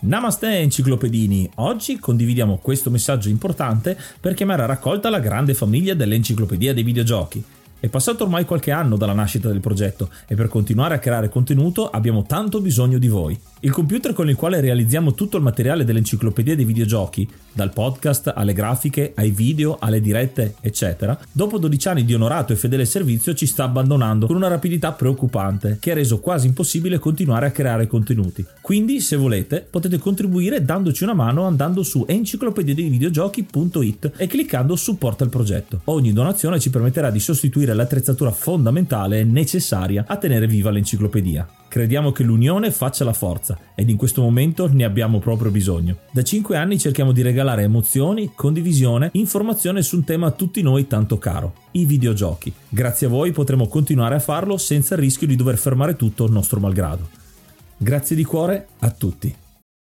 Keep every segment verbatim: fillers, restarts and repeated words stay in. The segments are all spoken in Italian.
Namaste enciclopedini, oggi condividiamo questo messaggio importante per chiamare a raccolta la grande famiglia dell'enciclopedia dei videogiochi. È passato ormai qualche anno dalla nascita del progetto e per continuare a creare contenuto abbiamo tanto bisogno di voi. Il computer con il quale realizziamo tutto il materiale dell'enciclopedia dei videogiochi, dal podcast alle grafiche, ai video, alle dirette, eccetera, dopo dodici anni di onorato e fedele servizio ci sta abbandonando con una rapidità preoccupante che ha reso quasi impossibile continuare a creare contenuti. Quindi, se volete, potete contribuire dandoci una mano andando su enciclopedia dei videogiochi punto it e cliccando supporta il progetto. Ogni donazione ci permetterà di sostituire l'attrezzatura fondamentale e necessaria a tenere viva l'enciclopedia. Crediamo che l'unione faccia la forza ed in questo momento ne abbiamo proprio bisogno. Da cinque anni cerchiamo di regalare emozioni, condivisione, informazione su un tema a tutti noi tanto caro, i videogiochi. Grazie a voi potremo continuare a farlo senza il rischio di dover fermare tutto nostro malgrado. Grazie di cuore a tutti.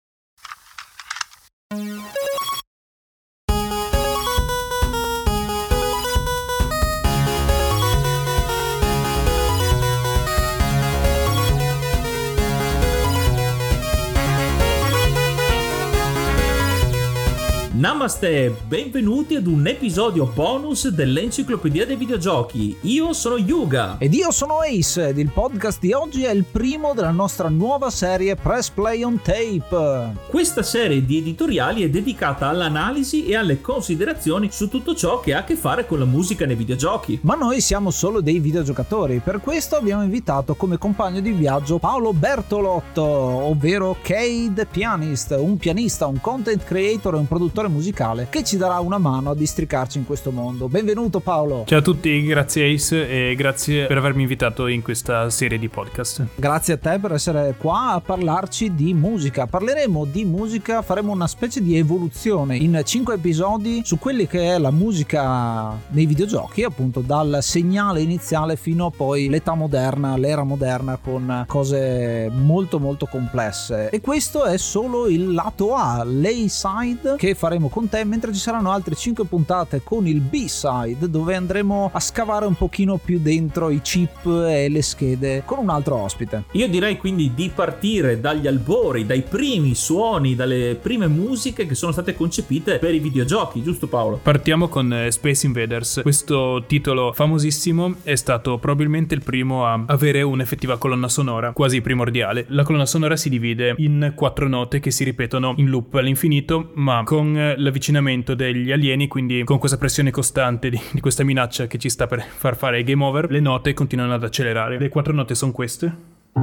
Namaste, benvenuti ad un episodio bonus dell'enciclopedia dei videogiochi. Io sono Yuga. Ed io sono Ace ed il podcast di oggi è il primo della nostra nuova serie Press Play on Tape. Questa serie di editoriali è dedicata all'analisi e alle considerazioni su tutto ciò che ha a che fare con la musica nei videogiochi. Ma noi siamo solo dei videogiocatori, per questo abbiamo invitato come compagno di viaggio Paolo Bertolotto, ovvero K The Pianist, un pianista, un content creator e un produttore musicale che ci darà una mano a districarci in questo mondo. Benvenuto Paolo. Ciao a tutti, grazie Ace e grazie per avermi invitato in questa serie di podcast. Grazie a te per essere qua a parlarci di musica. Parleremo di musica, faremo una specie di evoluzione in cinque episodi su quelli che è la musica nei videogiochi, appunto dal segnale iniziale fino a poi l'età moderna, l'era moderna con cose molto molto complesse. E questo è solo il lato A, l'A-side, che faremo con te, mentre ci saranno altre cinque puntate con il B-side dove andremo a scavare un pochino più dentro i chip e le schede con un altro ospite. Io direi quindi di partire dagli albori, dai primi suoni, dalle prime musiche che sono state concepite per i videogiochi, giusto Paolo? Partiamo con Space Invaders. Questo titolo famosissimo è stato probabilmente il primo a avere un'effettiva colonna sonora quasi primordiale. La colonna sonora si divide in quattro note che si ripetono in loop all'infinito, ma con l'avvicinamento degli alieni, quindi con questa pressione costante di, di questa minaccia che ci sta per far fare game over, le note continuano ad accelerare. Le quattro note sono queste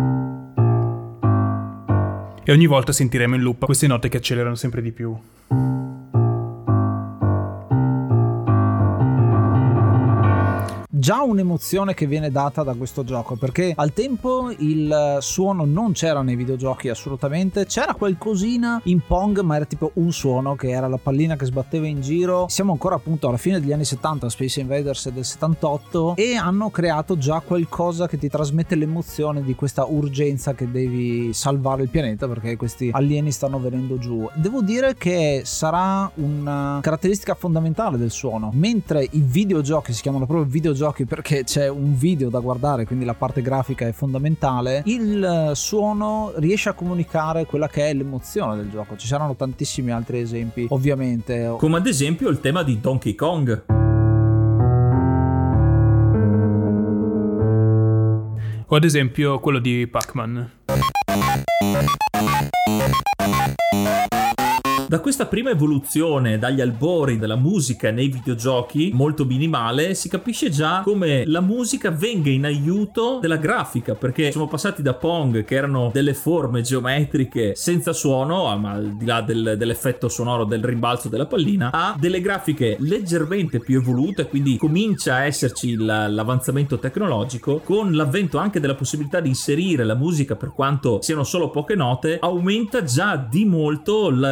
e ogni volta sentiremo in loop queste note che accelerano sempre di più. Già un'emozione che viene data da questo gioco, perché al tempo il suono non c'era nei videogiochi assolutamente, c'era qualcosina in Pong ma era tipo un suono che era la pallina che sbatteva in giro. Siamo ancora appunto alla fine degli anni settanta, Space Invaders è del settantotto e hanno creato già qualcosa che ti trasmette l'emozione di questa urgenza che devi salvare il pianeta perché questi alieni stanno venendo giù. Devo dire che sarà una caratteristica fondamentale del suono, mentre i videogiochi si chiamano proprio videogiochi perché c'è un video da guardare, quindi la parte grafica è fondamentale, il suono riesce a comunicare quella che è l'emozione del gioco. Ci saranno tantissimi altri esempi ovviamente, come ad esempio il tema di Donkey Kong o ad esempio quello di Pac-Man. Da questa prima evoluzione dagli albori della musica nei videogiochi, molto minimale, si capisce già come la musica venga in aiuto della grafica, perché siamo passati da Pong, che erano delle forme geometriche senza suono, ma al di là del, dell'effetto sonoro del rimbalzo della pallina, a delle grafiche leggermente più evolute, quindi comincia a esserci la, l'avanzamento tecnologico, con l'avvento anche della possibilità di inserire la musica, per quanto siano solo poche note, aumenta già di molto la, il coinvolgimento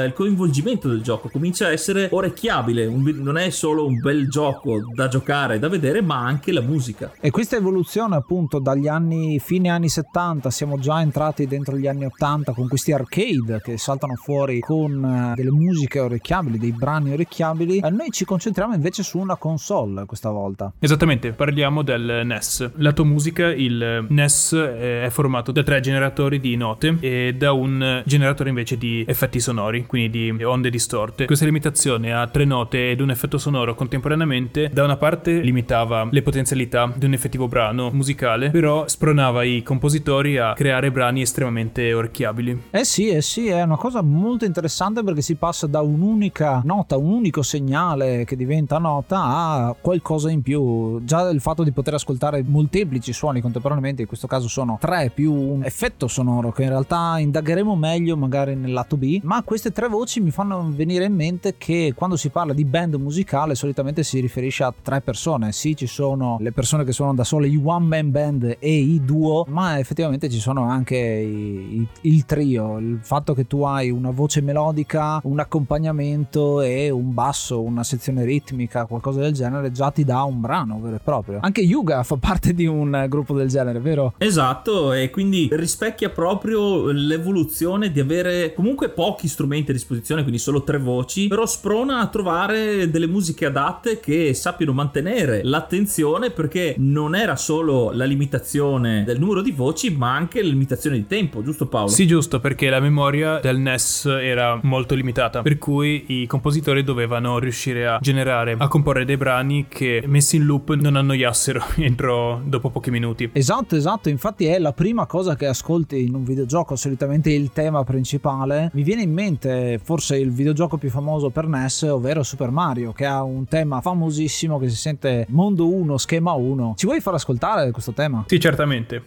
svolgimento del gioco, comincia a essere orecchiabile, un, non è solo un bel gioco da giocare, da vedere, ma anche la musica. E questa evoluzione appunto dagli anni fine anni settanta, siamo già entrati dentro gli anni ottanta con questi arcade che saltano fuori con delle musiche orecchiabili, dei brani orecchiabili. E noi ci concentriamo invece su una console questa volta. Esattamente, parliamo del N E S. Lato musica, il N E S è formato da tre generatori di note e da un generatore invece di effetti sonori, quindi di onde distorte. Questa limitazione a tre note ed un effetto sonoro contemporaneamente da una parte limitava le potenzialità di un effettivo brano musicale, però spronava i compositori a creare brani estremamente orecchiabili. Eh sì, eh sì, è una cosa molto interessante perché si passa da un'unica nota, un unico segnale che diventa nota a qualcosa in più. Già il fatto di poter ascoltare molteplici suoni contemporaneamente, in questo caso sono tre più un effetto sonoro che in realtà indagheremo meglio magari nel lato B, ma queste tre voci mi fanno venire in mente che quando si parla di band musicale solitamente si riferisce a tre persone. Sì, ci sono le persone che suonano da sole, i one man band e i duo, ma effettivamente ci sono anche i, i, il trio, il fatto che tu hai una voce melodica, un accompagnamento e un basso, una sezione ritmica, qualcosa del genere, già ti dà un brano vero e proprio. Anche Yuga fa parte di un gruppo del genere, vero? Esatto, e quindi rispecchia proprio l'evoluzione di avere comunque pochi strumenti a disposizione, quindi solo tre voci, però sprona a trovare delle musiche adatte che sappiano mantenere l'attenzione, perché non era solo la limitazione del numero di voci ma anche la limitazione di tempo, giusto Paolo? Sì, giusto, perché la memoria del N E S era molto limitata, per cui i compositori dovevano riuscire a generare, a comporre dei brani che messi in loop non annoiassero entro dopo pochi minuti. Esatto, esatto, infatti è la prima cosa che ascolti in un videogioco, solitamente il tema principale. Mi viene in mente forse il videogioco più famoso per N E S, ovvero Super Mario, che ha un tema famosissimo che si sente mondo uno, schema uno. Ci vuoi far ascoltare questo tema? Sì, certamente.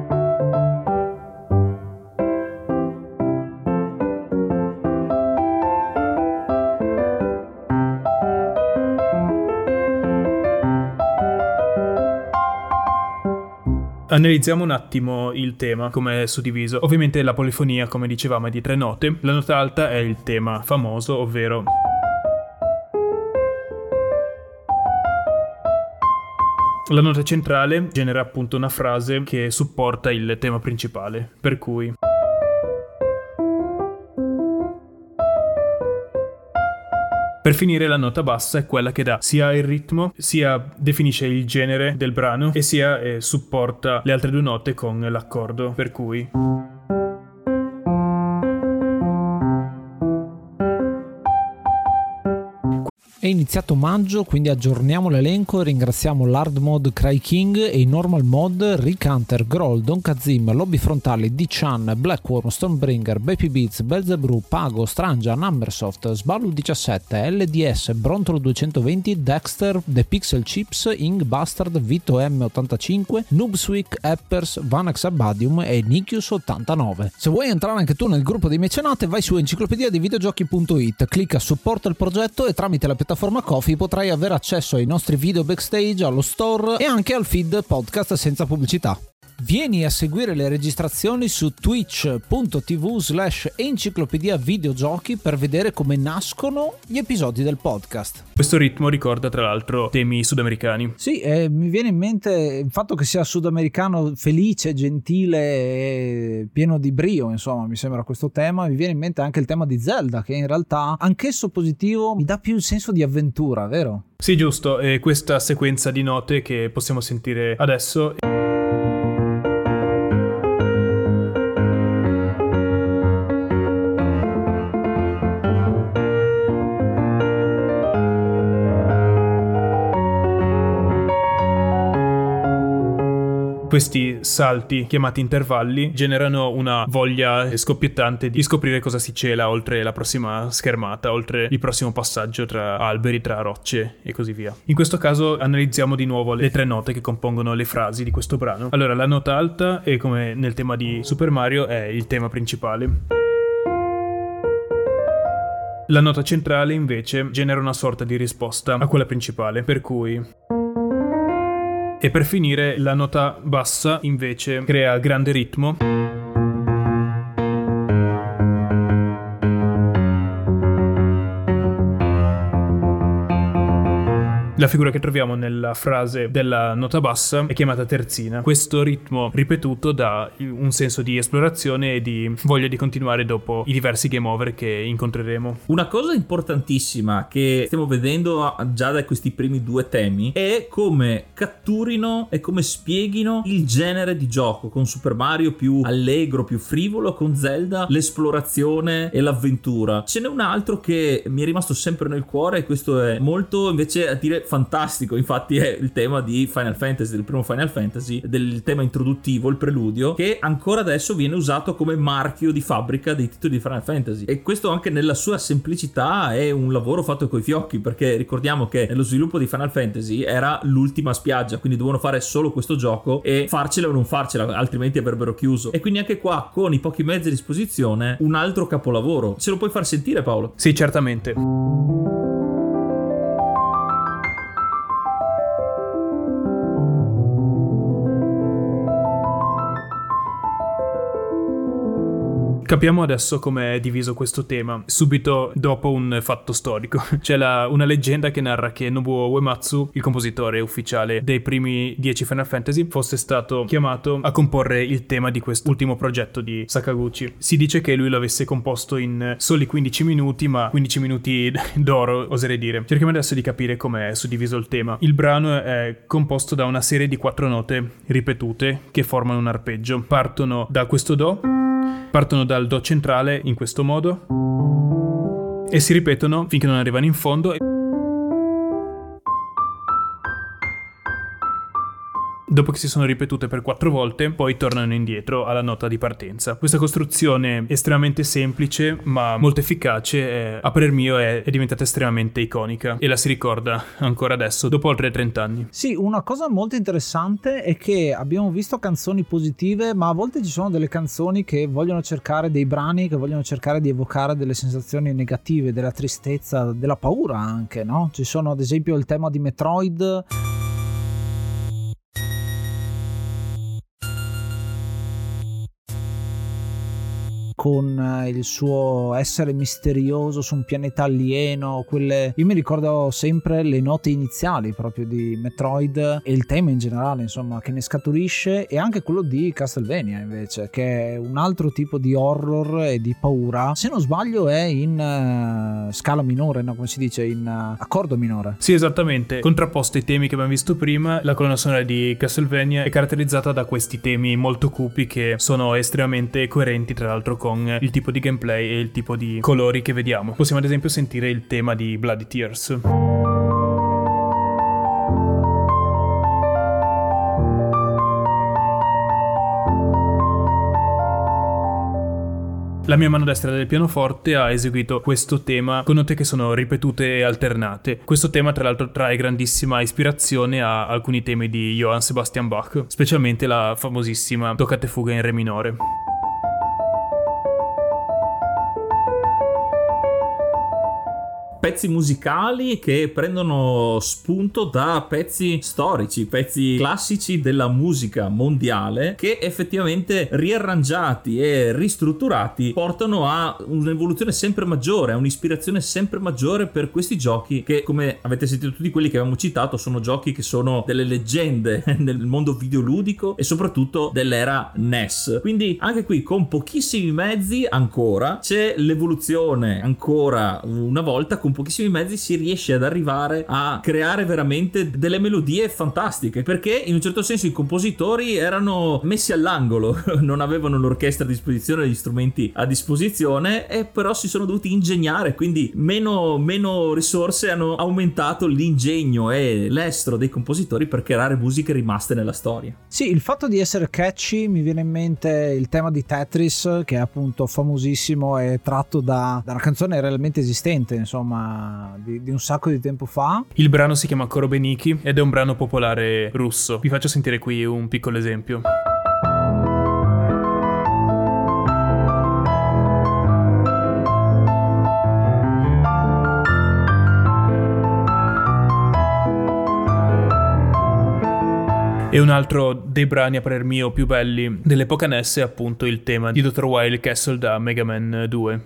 Analizziamo un attimo il tema, come è suddiviso. Ovviamente la polifonia, come dicevamo, è di tre note. La nota alta è il tema famoso, ovvero la nota centrale genera appunto una frase che supporta il tema principale, per cui per finire la nota bassa è quella che dà sia il ritmo, sia definisce il genere del brano e sia eh, supporta le altre due note con l'accordo, per cui È iniziato maggio, quindi aggiorniamo l'elenco e ringraziamo l'Hard Mode Cry King e i Normal Mode Rick Hunter, Groll, Don Kazim, Lobby Frontali, D-Chan, Blackworm, Stormbringer, Baby Beats, Belzebrew, Pago, Strangia, Numbersoft, Sballu diciassette, L D S, Brontolo duecentoventi, Dexter, The Pixel Chips, Ing Bastard, Vito M ottantacinque, Noobswick, Eppers, Vanex Abadium e Nikius ottantanove. Se vuoi entrare anche tu nel gruppo dei mecenate, vai su enciclopedia di videogiochi punto it, clicca supporta il progetto e tramite la piattaforma Ko-fi potrai avere accesso ai nostri video backstage, allo store e anche al feed podcast senza pubblicità. Vieni a seguire le registrazioni su twitch punto tv slash enciclopedia videogiochi per vedere come nascono gli episodi del podcast. Questo ritmo ricorda tra l'altro temi sudamericani. Sì, eh, mi viene in mente il fatto che sia sudamericano, felice, gentile e pieno di brio, insomma, mi sembra questo tema. Mi viene in mente anche il tema di Zelda, che in realtà anch'esso positivo mi dà più il senso di avventura, vero? Sì, giusto, e questa sequenza di note che possiamo sentire adesso questi salti chiamati intervalli generano una voglia scoppiettante di scoprire cosa si cela oltre la prossima schermata, oltre il prossimo passaggio tra alberi, tra rocce e così via. In questo caso analizziamo di nuovo le tre note che compongono le frasi di questo brano. Allora, la nota alta, e come nel tema di Super Mario, è il tema principale. La nota centrale invece genera una sorta di risposta a quella principale, per cui... E per finire la nota bassa invece crea grande ritmo La figura che troviamo nella frase della nota bassa è chiamata terzina. Questo ritmo ripetuto dà un senso di esplorazione e di voglia di continuare dopo i diversi game over che incontreremo. Una cosa importantissima che stiamo vedendo già da questi primi due temi è come catturino e come spieghino il genere di gioco, con Super Mario più allegro, più frivolo, con Zelda l'esplorazione e l'avventura. Ce n'è un altro che mi è rimasto sempre nel cuore, e questo è molto invece a dire fantastico, infatti è il tema di Final Fantasy, del primo Final Fantasy, del tema introduttivo, il preludio, che ancora adesso viene usato come marchio di fabbrica dei titoli di Final Fantasy, e questo anche nella sua semplicità è un lavoro fatto coi fiocchi, perché ricordiamo che nello sviluppo di Final Fantasy era l'ultima spiaggia, quindi dovevano fare solo questo gioco e farcela o non farcela, altrimenti avrebbero chiuso. E quindi anche qua, con i pochi mezzi a disposizione, un altro capolavoro. Ce lo puoi far sentire, Paolo? Sì, certamente. Capiamo adesso come è diviso questo tema, subito dopo un fatto storico. C'è la, una leggenda che narra che Nobuo Uematsu, il compositore ufficiale dei primi dieci Final Fantasy, fosse stato chiamato a comporre il tema di quest'ultimo progetto di Sakaguchi. Si dice che lui lo avesse composto in soli quindici minuti, ma quindici minuti d'oro, oserei dire. Cerchiamo adesso di capire come è suddiviso il tema. Il brano è composto da una serie di quattro note ripetute che formano un arpeggio. Partono da questo Do, partono dal Do centrale in questo modo e si ripetono finché non arrivano in fondo. Dopo che si sono ripetute per quattro volte, poi tornano indietro alla nota di partenza. Questa costruzione estremamente semplice ma molto efficace, è, a parer mio è, è diventata estremamente iconica e la si ricorda ancora adesso dopo oltre trenta anni. Sì, una cosa molto interessante è che abbiamo visto canzoni positive, ma a volte ci sono delle canzoni che vogliono cercare, dei brani che vogliono cercare di evocare delle sensazioni negative, della tristezza, della paura anche, no? Ci sono ad esempio il tema di Metroid, con il suo essere misterioso su un pianeta alieno, quelle... io mi ricordo sempre le note iniziali proprio di Metroid e il tema in generale, insomma, che ne scaturisce, e anche quello di Castlevania invece, che è un altro tipo di horror e di paura. Se non sbaglio è in uh, scala minore, no? Come si dice? In uh, accordo minore. Sì, esattamente. Contrapposto ai temi che abbiamo visto prima, la colonna sonora di Castlevania è caratterizzata da questi temi molto cupi che sono estremamente coerenti, tra l'altro, con il tipo di gameplay e il tipo di colori che vediamo. Possiamo ad esempio sentire il tema di Bloody Tears. La mia mano destra del pianoforte ha eseguito questo tema con note che sono ripetute e alternate. Questo tema tra l'altro trae grandissima ispirazione a alcuni temi di Johann Sebastian Bach, specialmente la famosissima Toccata e fuga in re minore. Pezzi musicali che prendono spunto da pezzi storici, pezzi classici della musica mondiale, che effettivamente riarrangiati e ristrutturati portano a un'evoluzione sempre maggiore, a un'ispirazione sempre maggiore per questi giochi che, come avete sentito tutti quelli che abbiamo citato, sono giochi che sono delle leggende nel mondo videoludico e soprattutto dell'era N E S. Quindi anche qui con pochissimi mezzi ancora c'è l'evoluzione, ancora una volta con pochissimi mezzi si riesce ad arrivare a creare veramente delle melodie fantastiche, perché in un certo senso i compositori erano messi all'angolo, non avevano l'orchestra a disposizione, gli strumenti a disposizione, e però si sono dovuti ingegnare, quindi meno, meno risorse hanno aumentato l'ingegno e l'estro dei compositori per creare musiche rimaste nella storia. Sì, il fatto di essere catchy, mi viene in mente il tema di Tetris, che è appunto famosissimo e tratto da, da una canzone realmente esistente, insomma, Di, di un sacco di tempo fa. Il brano si chiama Korobeniki ed è un brano popolare russo. Vi faccio sentire qui un piccolo esempio. E un altro dei brani a parer mio più belli dell'epoca N E S è appunto il tema di doctor Wily Castle da Mega Man due.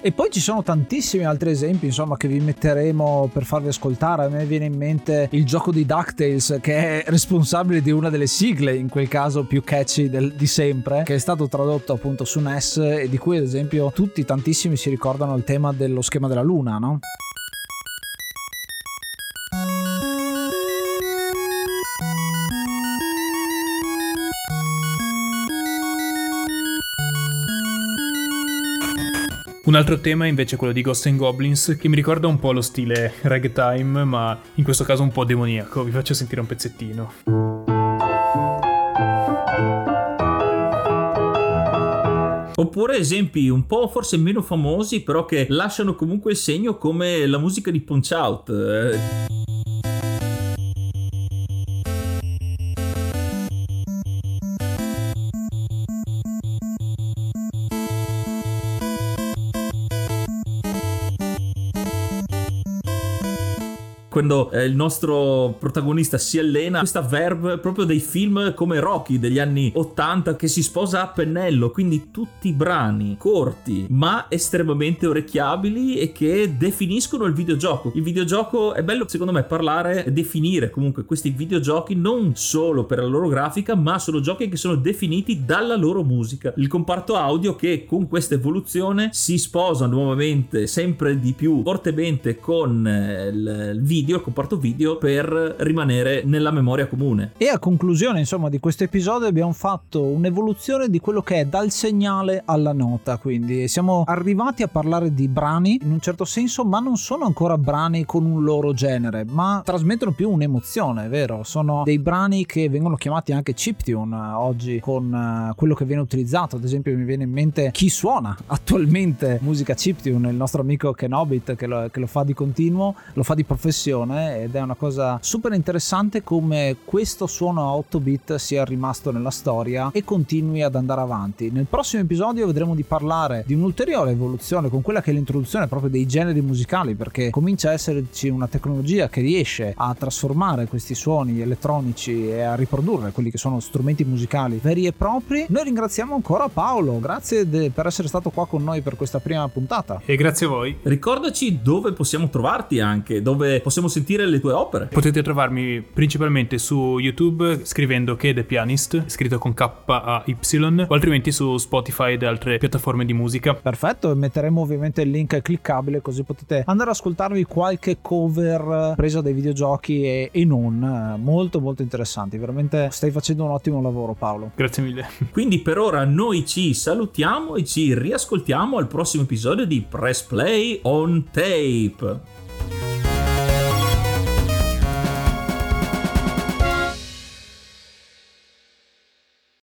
E poi ci sono tantissimi altri esempi, insomma, che vi metteremo per farvi ascoltare. A me viene in mente il gioco di DuckTales, che è responsabile di una delle sigle, in quel caso più catchy del, di sempre, che è stato tradotto appunto su N E S e di cui ad esempio tutti, tantissimi si ricordano il tema dello schema della luna, no? Un altro tema è invece quello di Ghosts and Goblins, che mi ricorda un po' lo stile ragtime, ma in questo caso un po' demoniaco. Vi faccio sentire un pezzettino. Oppure esempi un po' forse meno famosi, però che lasciano comunque il segno, come la musica di Punch Out. Quando eh, il nostro protagonista si allena, questa verve proprio dei film come Rocky degli anni ottanta, che si sposa a pennello, quindi tutti brani corti ma estremamente orecchiabili e che definiscono il videogioco. Il videogioco è bello secondo me parlare e definire comunque questi videogiochi non solo per la loro grafica, ma sono giochi che sono definiti dalla loro musica. Il comparto audio che con questa evoluzione si sposa nuovamente sempre di più fortemente con eh, il video, il comparto video, per rimanere nella memoria comune. E a conclusione insomma di questo episodio abbiamo fatto un'evoluzione di quello che è dal segnale alla nota, quindi siamo arrivati a parlare di brani in un certo senso, ma non sono ancora brani con un loro genere, ma trasmettono più un'emozione, vero? Sono dei brani che vengono chiamati anche chiptune oggi, con quello che viene utilizzato. Ad esempio mi viene in mente chi suona attualmente musica chiptune, il nostro amico Kenobit, che lo, che lo fa di continuo, lo fa di professione, ed è una cosa super interessante come questo suono a otto bit sia rimasto nella storia e continui ad andare avanti. Nel prossimo episodio vedremo di parlare di un'ulteriore evoluzione con quella che è l'introduzione proprio dei generi musicali, perché comincia a esserci una tecnologia che riesce a trasformare questi suoni elettronici e a riprodurre quelli che sono strumenti musicali veri e propri. Noi ringraziamo ancora Paolo, grazie de- per essere stato qua con noi per questa prima puntata. E grazie a voi. Ricordaci dove possiamo trovarti, anche dove possiamo sentire le tue opere. Potete trovarmi principalmente su YouTube scrivendo Che The Pianist, scritto con K A Y, o altrimenti su Spotify ed altre piattaforme di musica. Perfetto, metteremo ovviamente il link cliccabile, così potete andare ad ascoltarvi qualche cover presa dai videogiochi e, e non, molto molto interessanti. Veramente stai facendo un ottimo lavoro, Paolo. Grazie mille. Quindi per ora noi ci salutiamo e ci riascoltiamo al prossimo episodio di Press Play on Tape.